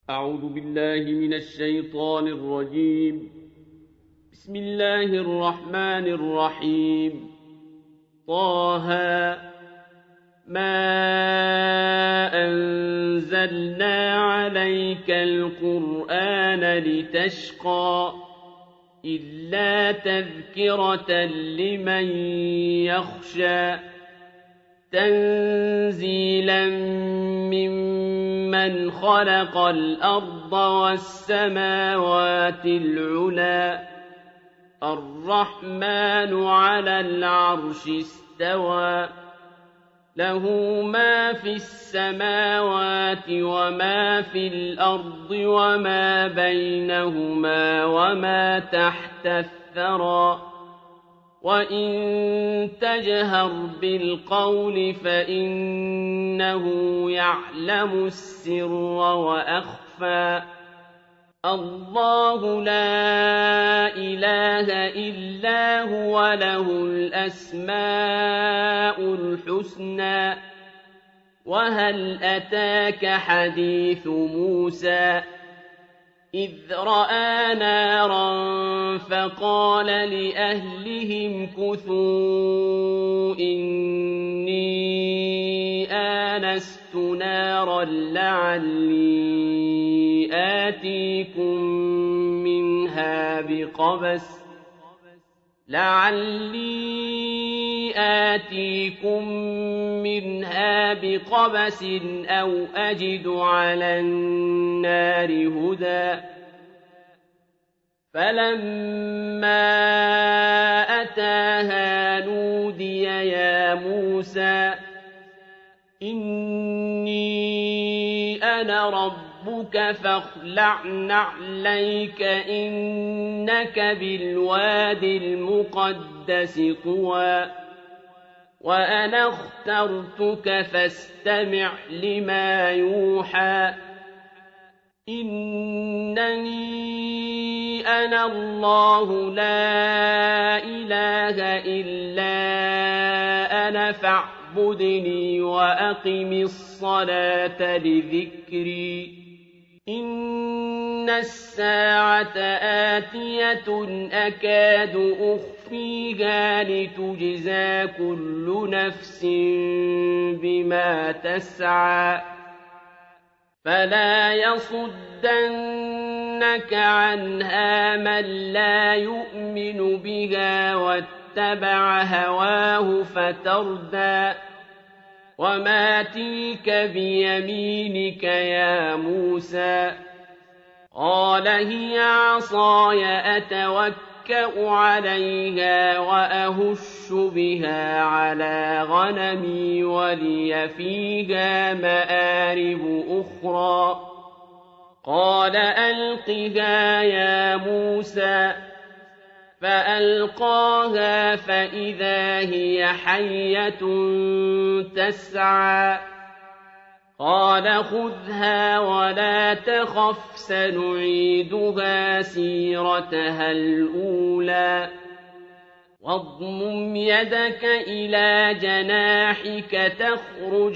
أعوذ بالله من الشيطان الرجيم. بسم الله الرحمن الرحيم. طه ما أنزلنا عليك القرآن لتشقى إلا تذكرة لمن يخشى تنزيلا ممن خلق الأرض والسماوات العلى الرحمن على العرش استوى له ما في السماوات وما في الأرض وما بينهما وما تحت الثرى وإن تجهر بالقول فإنه يعلم السر وأخفى الله لا إله إلا هو له الأسماء الحسنى وهل أتاك حديث موسى إذ رأى نارا فقال لأهلهم كثوا إني آنست نارا لعلي آتيكم منها بقبس أو أجد على النار هدى فلما أتاها نودي يا موسى إني أنا ربك فاخلع نعليك إنك بالواد المقدس طوى وأنا اخترتك فاستمع لما يوحى إنني أنا الله لا إله إلا أنا فاعبدني وأقم الصلاة لذكري إن الساعة آتية أكاد أخفيها لتجزى كل نفس بما تسعى فلا يصدنك عنها من لا يؤمن بها واتبع هواه فتردى وما تلك بيمينك يا موسى قال هي عصاي أتوكأ عليها وأهش بها على غنمي ولي فيها مآرب أخرى قال ألقها يا موسى فألقاها فإذا هي حية تسعى قال خذها ولا تخف سنعيدها سيرتها الأولى واضمم يدك إلى جناحك تخرج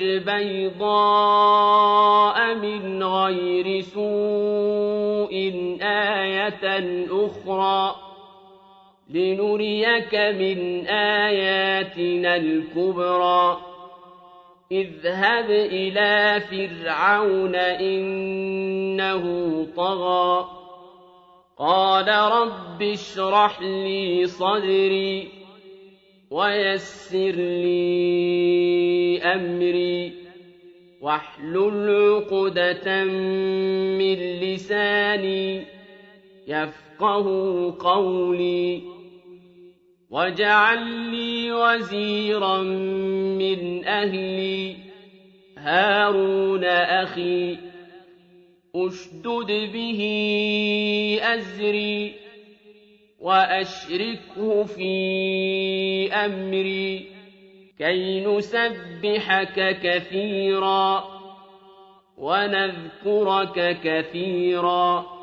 بيضاء من غير سوء آية أخرى لنريك من آياتنا الكبرى اذهب إلى فرعون إنه طغى قال رب اشرح لي صدري ويسر لي أمري واحلل عقدة من لساني يفقه قولي واجعل لي وزيرا من أهلي هارون أخي أشدد به أزري وأشركه في أمري كي نسبحك كثيرا ونذكرك كثيرا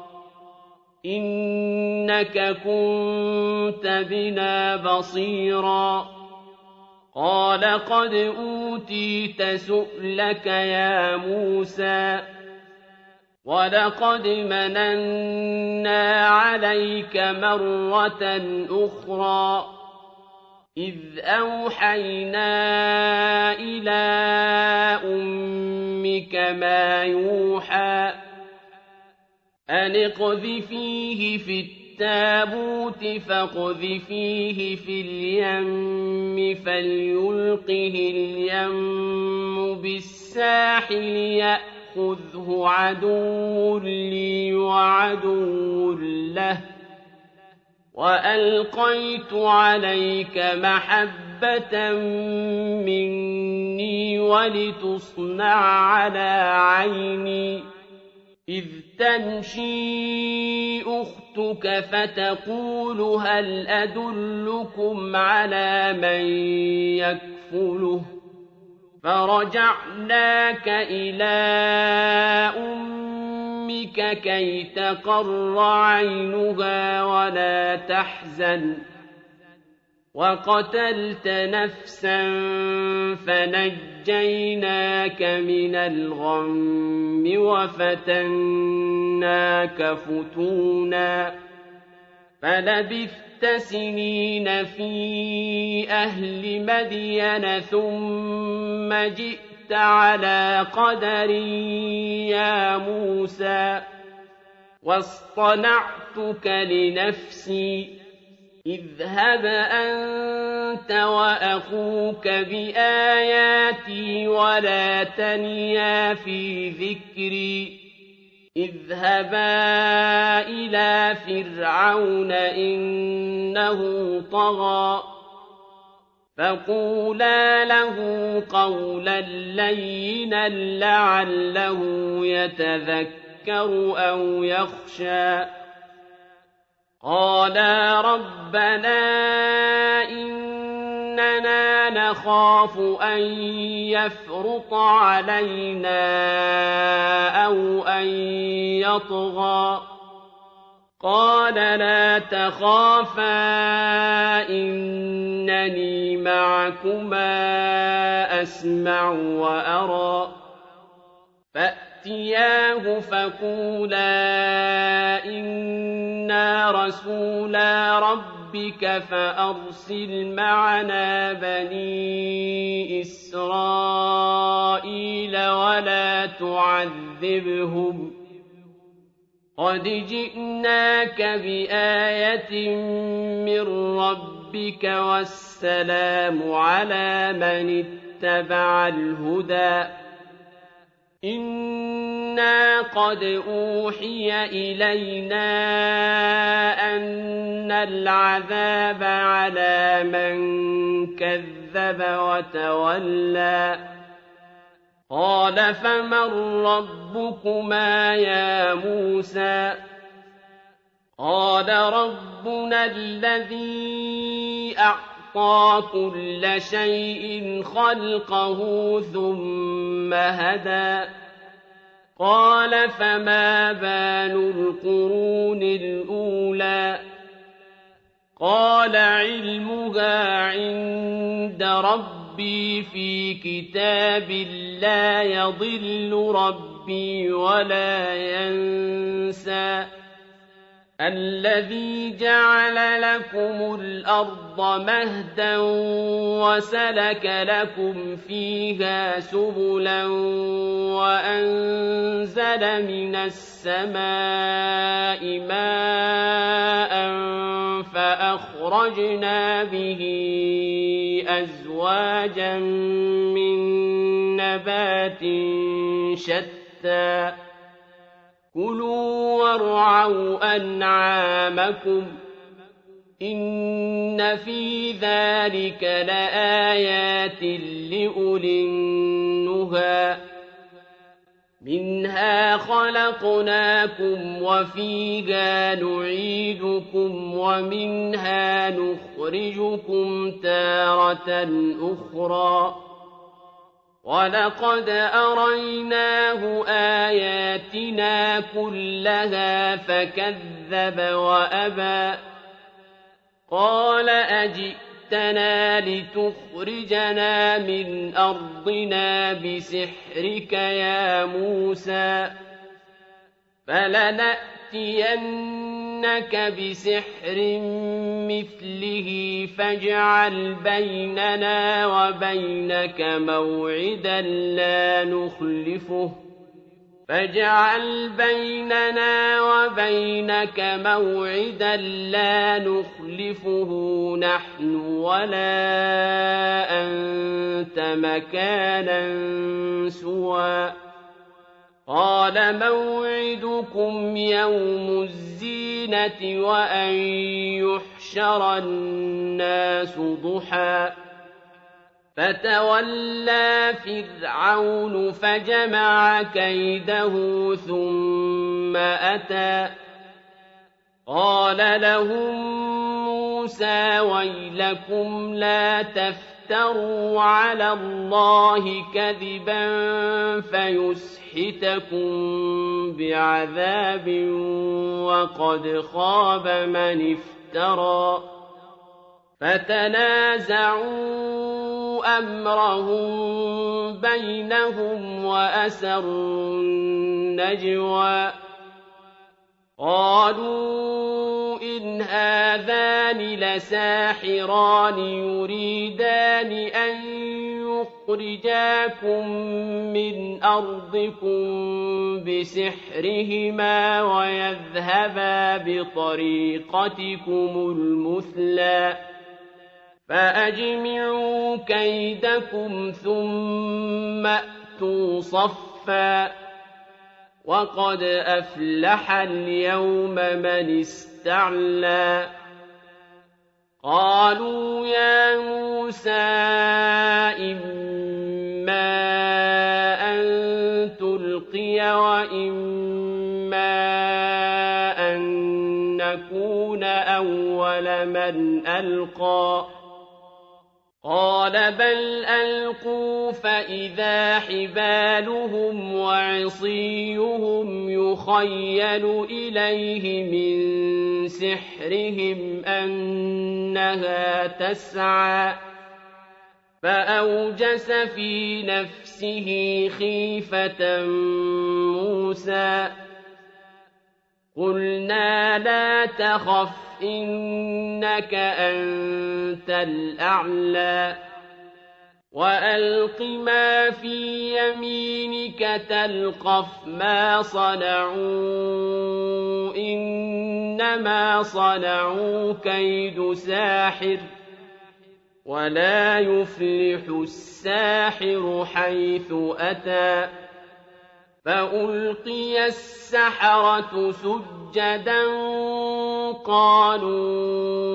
إنك كنت بنا بصيرا قال قد أوتيت سؤلك يا موسى وَلَقَدْ مَنَنَّا عَلَيْكَ مَرَّةً أُخْرَىٰ إِذْ أَوْحَيْنَا إِلَىٰ أُمِّكَ مَا يُوحَىٰ أَنِ اقْذِفِيهِ فِي التَّابُوتِ فَاقْذِفِيهِ فِي الْيَمِّ فَلْيُلْقِهِ الْيَمُّ بِالسَّاحِلِ يَأْخُذْهُ عَدُوٌّ لِّي وَعَدُوٌّ لَّهُ وَأَلْقَيْتُ عَلَيْكَ مَحَبَّةً مِّنِّي وَلِتُصْنَعَ عَلَىٰ عَيْنِي إِذْ تَمْشِي أُخْتُكَ فَتَقُولُ هَلْ أَدُلُّكُمْ عَلَىٰ مَن يَكْفُلُهُ فَرَجَعْنَاكَ إِلَىٰ أُمِّكَ كَيْ تَقَرَّ عَيْنُهَا وَلَا تَحْزَنَ وَقَتَلْتَ نَفْسًا فَنَجَّيْنَاكَ مِنَ الْغَمِّ وَفَتَنَّاكَ فُتُونًا فَلَبِثْتَ سِنِينَ فِي أَهْلِ مَدْيَنَ ثُمَّ جِئْتَ عَلَىٰ قَدَرٍ يَا مُوسَىٰ وَاصْطَنَعْتُكَ لِنَفْسِي اذْهَبْ أَنتَ وَأَخُوكَ بِآيَاتِي وَلَا تَنِيَا فِي ذِكْرِي اذْهَبَا إِلَىٰ فِرْعَوْنَ إِنَّهُ طَغَىٰ فَقُولَا لَهُ قَوْلًا لَّيِّنًا لَّعَلَّهُ يَتَذَكَّرُ أَوْ يَخْشَىٰ قَالَا رَبَّنَا إِنَّنَا نَخَافُ أَن يَفْرُطَ عَلَيْنَا أَوْ أَن يَطْغَىٰ قَالَ لَا تَخَافَا إِنَّنِي مَعَكُمَا أَسْمَعُ وَأَرَىٰ فَأْتِيَاهُ فَقُولَا إِنَّا رَسُولَا رَبِّكَ فَأَرْسِلْ مَعَنَا بَنِي إِسْرَائِيلَ وَلَا تُعَذِّبْهُمْ قَدْ جِئْنَاكَ بِآيَةٍ مِّن رَّبِّكَ وَالسَّلَامُ عَلَىٰ مَنِ اتَّبَعَ الْهُدَىٰ إِنَّا قَدْ أُوحِيَ إِلَيْنَا أَنَّ الْعَذَابَ عَلَىٰ مَن كَذَّبَ وَتَوَلَّىٰ قَالَ فَمَن رَّبُّكُمَا يَا مُوسَىٰ قَالَ رَبُّنَا الَّذِي أَعْطَىٰ كُلَّ شَيْءٍ خَلْقَهُ ثُمَّ هَدَىٰ قَالَ فَمَا بَالُ الْقُرُونِ الْأُولَىٰ قَالَ عِلْمُهَا عِندَ رَبِّي فِي كِتَابٍ لَّا يَضِلُّ رَبِّي وَلَا يَنسَى الَّذِي جَعَلَ لَكُمُ الْأَرْضَ مَهْدًا وَسَلَكَ لَكُمْ فِيهَا سُبُلًا وَأَنزَلَ مِنَ السَّمَاءِ مَاءً فَأَخْرَجْنَا بِهِ أَزْوَاجًا مِّن نَّبَاتٍ شَتَّىٰ كُلُوا وَارْعَوْا أَنْعَامَكُمْ إِنَّ فِي ذَٰلِكَ لَآيَاتٍ لِّأُولِي النُّهَىٰ مِنْهَا خَلَقْنَاكُمْ وَفِيهَا نُعِيدُكُمْ وَمِنْهَا نُخْرِجُكُمْ تَارَةً أُخْرَىٰ وَلَقَدْ أَرَيْنَاهُ آيَاتِنَا كُلَّهَا فَكَذَّبَ وَأَبَىٰ قَالَ أَجِئْتَنَا لِتُخْرِجَنَا مِنْ أَرْضِنَا بِسِحْرِكَ يَا مُوسَىٰ فلنأتينك بسحر مثله فاجعل بيننا وبينك موعدا لا نخلفه نحن ولا أنت مكانا سوى قال موعدكم يوم الزينة وأن يحشر الناس ضحى فتولى فرعون فجمع كيده ثم أتى قال لهم موسى ويلكم لا تفتروا على الله كذبا فيسحتكم بعذاب وقد خاب من افترى فتنازعوا أمرهم بينهم وأسروا النجوى قالوا إن هذان لساحران يريدان أن يخرجاكم من أرضكم بسحرهما ويذهبا بطريقتكم المثلى فأجمعوا كيدكم ثم أتوا صفا وقد أفلح اليوم من استعلى قالوا يا موسى إما أن تلقي وإما أن نكون أول من ألقى قال بل ألقوا فإذا حبالهم وعصيهم يخيل إليه من سحرهم أنها تسعى فأوجس في نفسه خيفة موسى قلنا لا تخف إنك أنت الأعلى وألق ما في يمينك تلقف ما صنعوا إنما صنعوا كيد ساحر ولا يفلح الساحر حيث أتى فألقي السحرة سجدا قالوا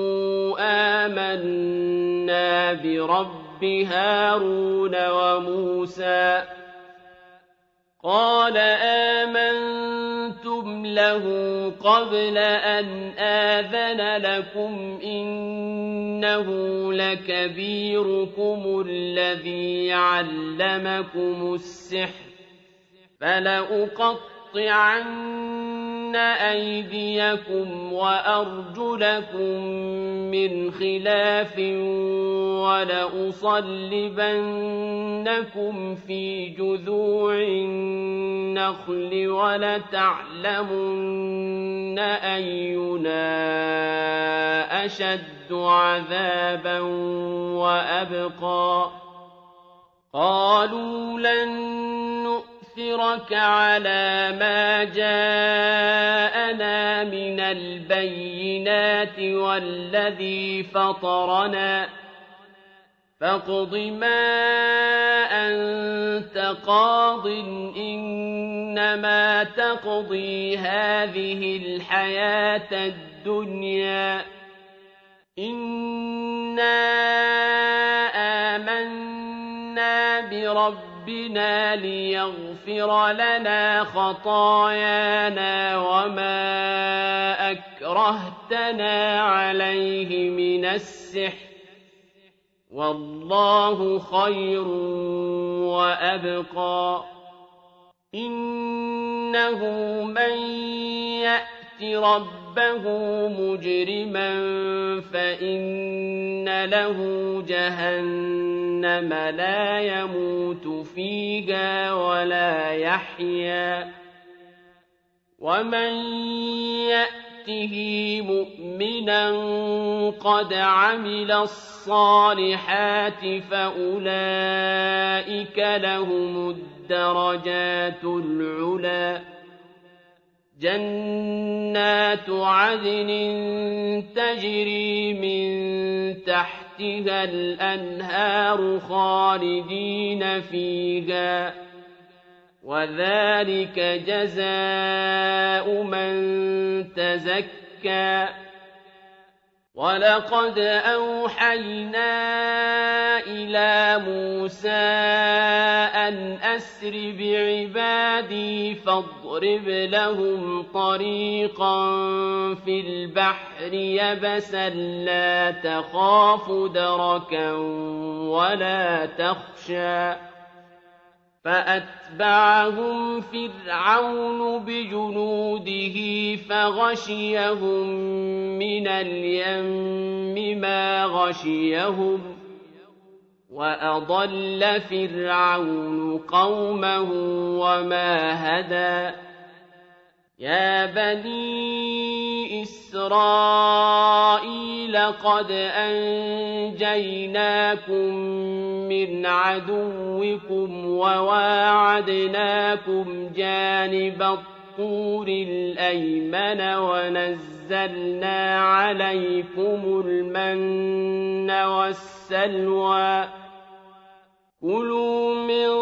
آمنا برب هارون وموسى قال آمنتم له قبل أن آذن لكم إنه لكبيركم الذي علمكم السحر فلأقطعن أيديكم وأرجلكم من خلاف ولأصلبنكم في جذوع النخل ولتعلمن أينا أشد عذابا وأبقى قالوا لن نؤثرك على ما جاءنا من البينات والذي فطرنا فاقض ما أنت قاض إنما تقضي هذه الحياة الدنيا إنا آمنا بربنا ليغفر لنا خطايانا وما أكرهتنا عليه من السحر والله خير وأبقى إنه من يأت ربه مجرما فإن له جهنم لا يموت فيها ولا يحيا ومن يأته مؤمنا قد عمل الصالحات فأولئك لهم الدرجات العلى جنات عدن تجري من تحتها الأنهار خالدين فيها وذلك جزاء من تزكى ولقد أوحينا إلى موسى أن أسر بعبادي فاضرب لهم طريقا في البحر يبسا لا تخاف دركا ولا تخشى فأتبعهم فرعون بجنوده فغشيهم من اليم ما غشيهم وأضل فرعون قومه وما هدى يا بني إسرائيل قد أنجيناكم من عدوكم وواعدناكم جانب الطور الأيمن ونزلنا عليكم المن والسلوى كلوا من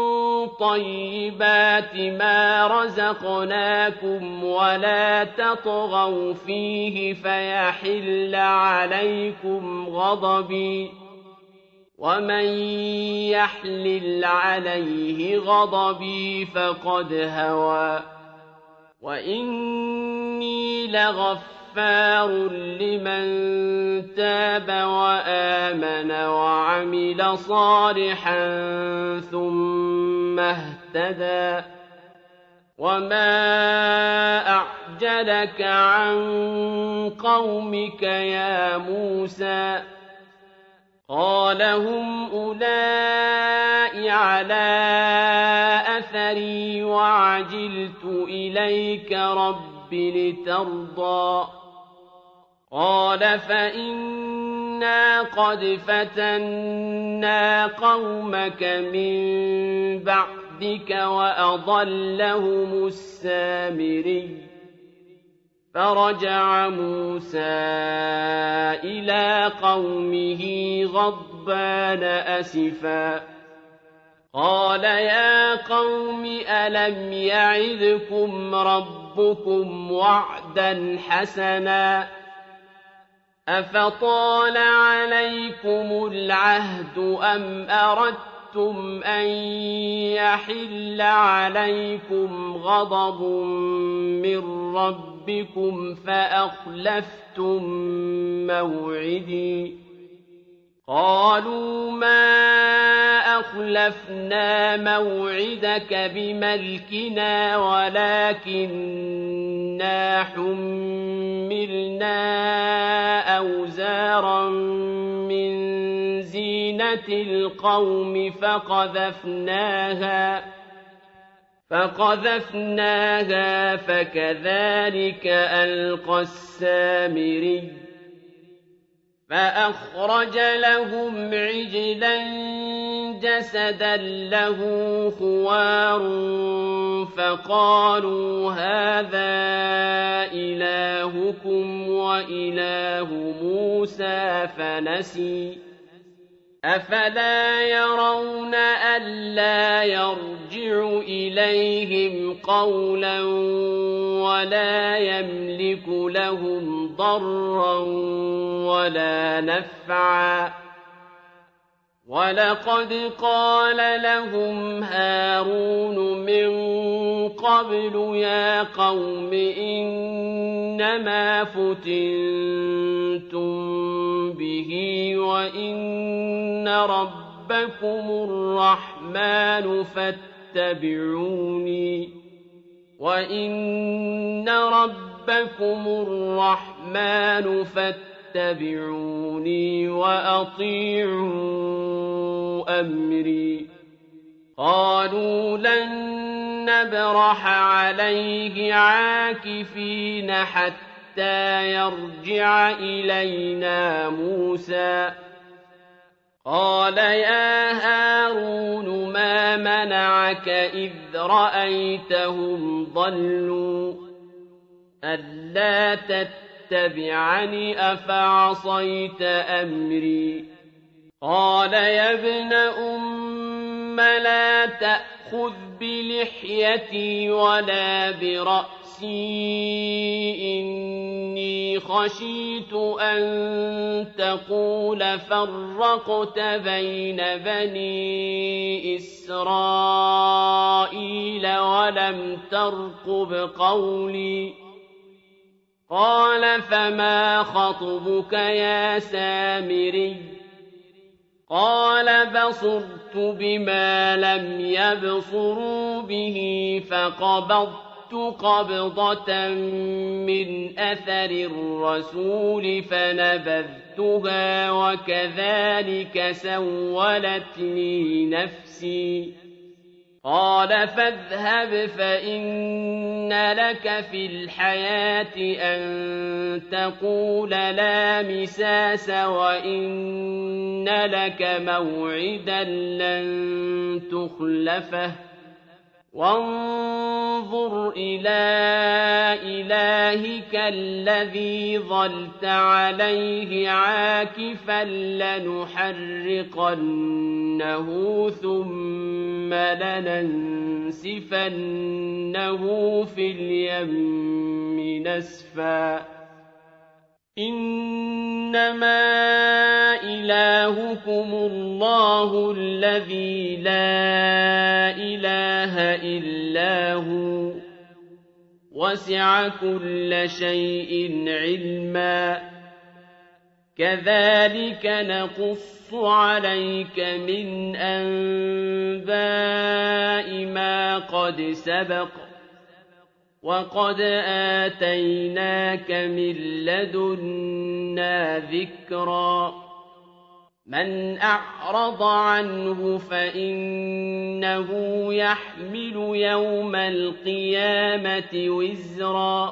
طيبات ما رزقناكم ولا تطغوا فيه فيحل عليكم غضبي ومن يحلل عليه غضبي فقد هوى وإني لغفار لمن تاب وآمن وعمل صالحا ثم اهتدى وما أعجلك عن قومك يا موسى قال هم أولئك على أثري وعجلت إليك رب لترضى قال فإنا قد فتنا قومك من بعدك وأضلهم السامري فرجع موسى إلى قومه غضبان أسفا قال يا قوم ألم يعدكم ربكم وعدا حسنا أفطال عليكم العهد أم أردتم أن يحل عليكم غضب من ربكم فأخلفتم موعدي قالوا ما أخلفنا موعدك بملكنا ولكننا حملنا أوزارا من زينة القوم فقذفناها فكذلك ألقى السامري فأخرج لهم عجلا جسدا له خوار فقالوا هذا إلهكم وإله موسى فنسي أفلا يرون ألا يرجع إليهم قولا ولا يملك لهم ضرا ولا نفعا ولقد قال لهم هارون من قبل يا قوم إنما فتنتم به وإن ربكم الرحمن فاتبعوني وأطيعوا أمري قالوا لن نبرح عليه عاكفين حتى يرجع إلينا موسى قال يا هارون ما منعك إذ رأيتهم ضلوا ألا تتبعني أفعصيت أمري قال يا ابن أم لا تأخذ بلحيتي ولا برأسي إني خشيت أن تقول فرقت بين بني إسرائيل ولم ترقب قولي قال فما خطبك يا سامري قال بصرت بما لم يبصروا به فقبضت قبضة من أثر الرسول فنبذتها وكذلك سولت لي نفسي قال فاذهب فإن لك في الحياة أن تقول لا مساس وإن لك موعدا لن تخلفه وانظر إلى إلهك الذي ظلت عليه عاكفا لنحرقنه ثم لننسفنه في اليم نسفا إنما إلهكم الله الذي لا إله إلا هو وسع كل شيء علما كذلك نقص عليك من أنباء ما قد سبق وقد آتيناك من لدنا ذكرا من أعرض عنه فإنه يحمل يوم القيامة وزرا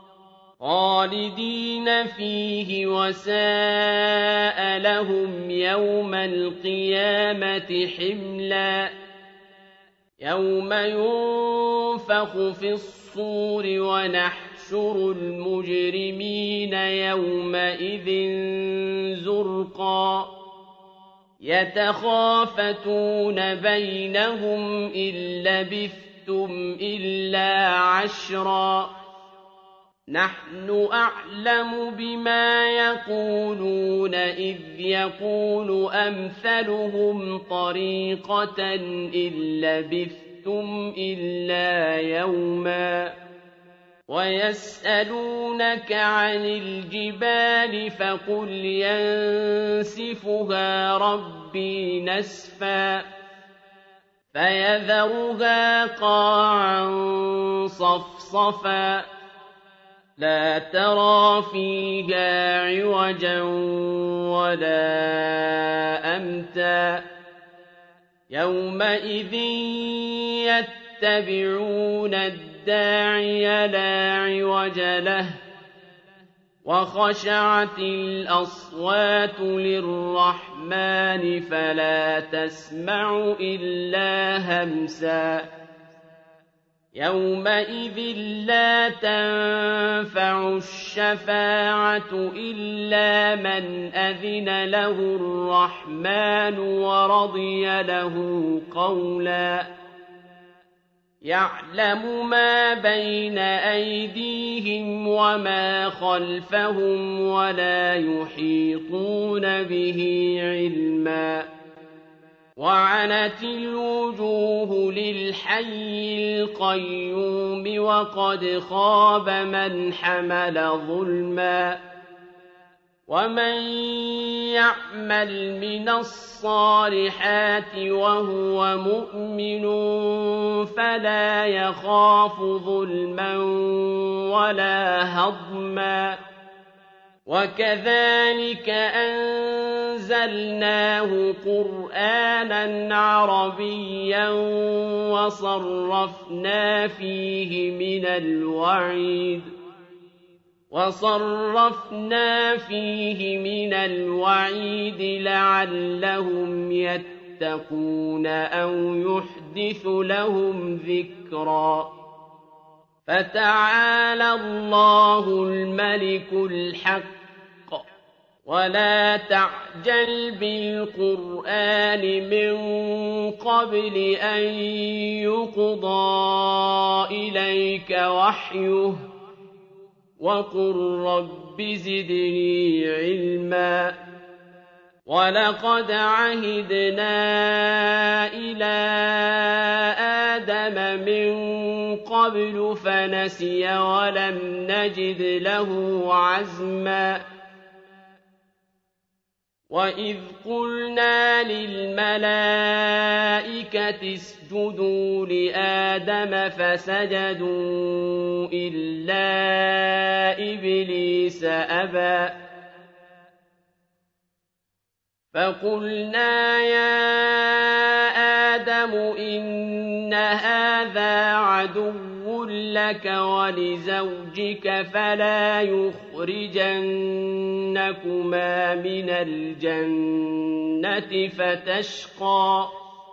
خالدين فيه وساء لهم يوم القيامة حملا يوم ينفخ في الصور ونحشر المجرمين يومئذ زرقا يتخافتون بينهم إن لبثتم إلا عشرا نحن أعلم بما يقولون إذ يقول أمثلهم طريقة إن لبثتم إلا يوما ويسألونك عن الجبال فقل ينسفها ربي نسفا فيذرها قاعا صفصفا لا ترى فيها عوجا ولا أمتا يومئذ يتبعون الداعي لا عوج له وخشعت الأصوات للرحمن فلا تسمع إلا همسا يومئذ لا تنفع الشفاعة إلا من أذن له الرحمن ورضي له قولا يعلم ما بين أيديهم وما خلفهم ولا يحيطون به علما وعنت الوجوه للحي القيوم وقد خاب من حمل ظلما ومن يعمل من الصالحات وهو مؤمن فلا يخاف ظلما ولا هضما وكذلك أنزلناه قرآنًا عربيًّا وصرفنا فيه من الوعيد لعلهم يتقون أو يحدث لهم ذكرًا فتعالى الله الملك الحق ولا تعجل بالقرآن من قبل أن يقضى إليك وحيه وقل رب زدني علما ولقد عهدنا إلى آدم من قبل فنسي ولم نجد له عزما وإذ قلنا للملائكة اسجدوا لآدم فسجدوا إلا إبليس أبى فقلنا يا آدم إن هذا عدو لك ولزوجك فلا يخرجنكما من الجنة فتشقى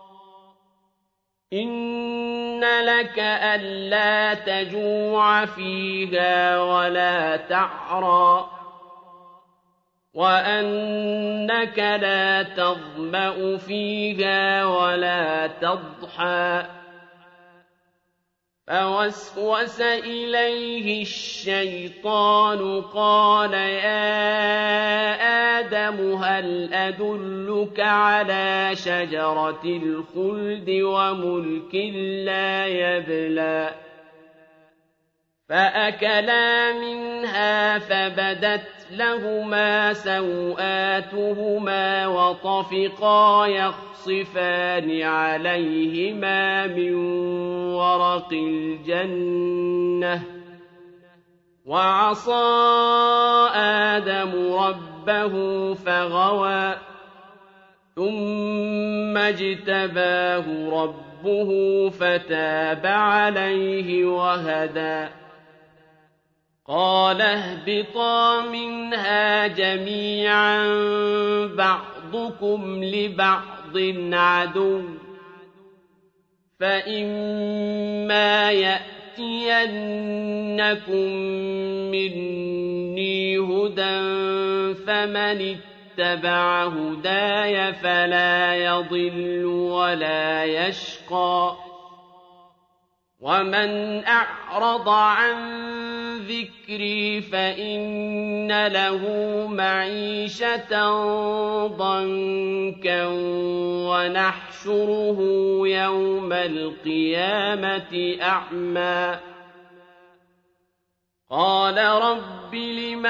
إن لك ألا تجوع فيها ولا تعرى وأنك لا تظمأ فيها ولا تضحى فوسوس إليه الشيطان قال يا آدم هل أدلك على شجرة الخلد وملك لا يبلى فأكلا منها فبدت لهما سوآتهما وطفقا يخصفان عليهما من ورق الجنة وعصى آدم ربه فغوى ثم اجتباه ربه فتاب عليه وهدى قال اهبطا منها جميعا بعضكم لبعض عدو فإما يأتينكم مني هدى فمن اتبع هداي فلا يضل ولا يشقى ومن أعرض عن ذكري فإن له معيشة ضنكا ونحشره يوم القيامة أعمى قال رب لم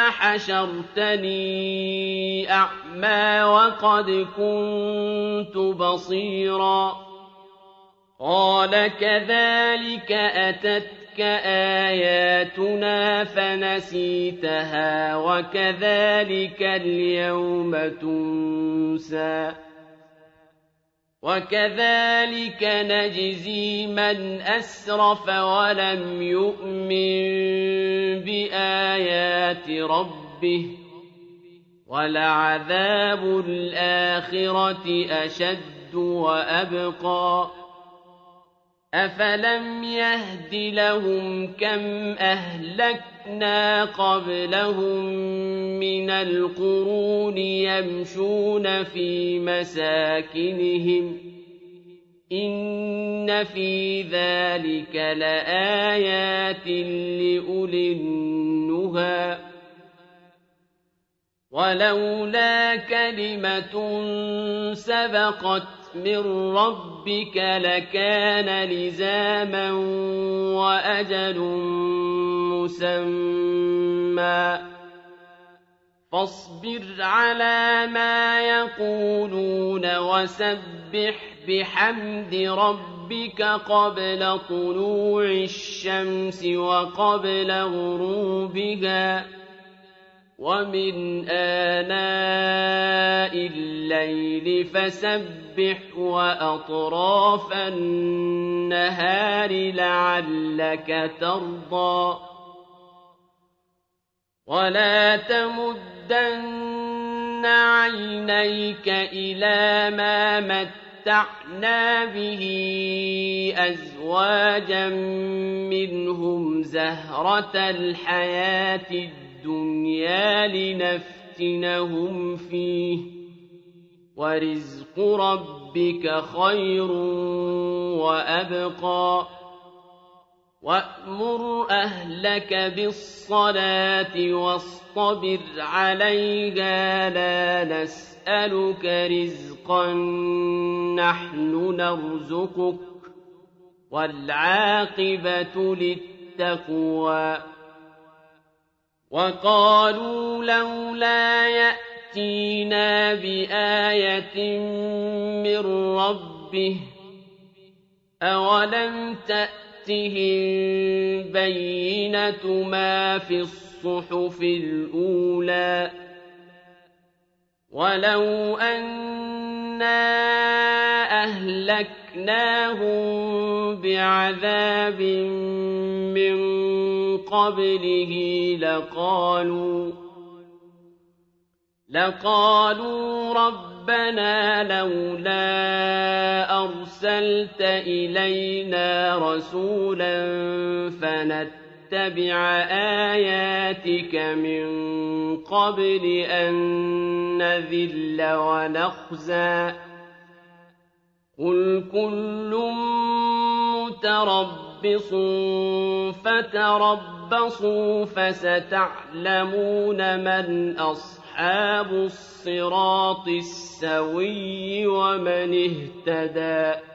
حشرتني أعمى وقد كنت بصيرا قال كذلك أتتك آياتنا فنسيتها وكذلك اليوم تنسى وكذلك نجزي من أسرف ولم يؤمن بآيات ربه ولعذاب الآخرة أشد وأبقى أفلم يهد لهم كم أهلكنا قبلهم من القرون يمشون في مساكنهم إن في ذلك لآيات لأولي النهى ولولا كلمة سبقت من ربك لكان لزاما وأجل مسمى فاصبر على ما يقولون وسبح بحمد ربك قبل طلوع الشمس وقبل غروبها ومن آناء الليل فسبح وأطراف النهار لعلك ترضى ولا تمدن عينيك إلى ما متعنا به أزواجا منهم زهرة الحياة الدنيا لنفتنهم فيه ورزق ربك خير وأبقى وأمر أهلك بالصلاة واصطبر عليها لا نسألك رزقا نحن نرزقك والعاقبة للتقوى وقالوا لولا يأتينا بآية من ربه أولم تأتهم بينة ما في الصحف الأولى ولو أنا أهلكناهم بعذاب من قبله لقالوا ربنا لولا أرسلت إلينا رسولا فنتبع آياتك من قبل أن نذل ونخزى قل كل متربص فتربصوا فستعلمون من أصحاب الصراط السوي ومن اهتدى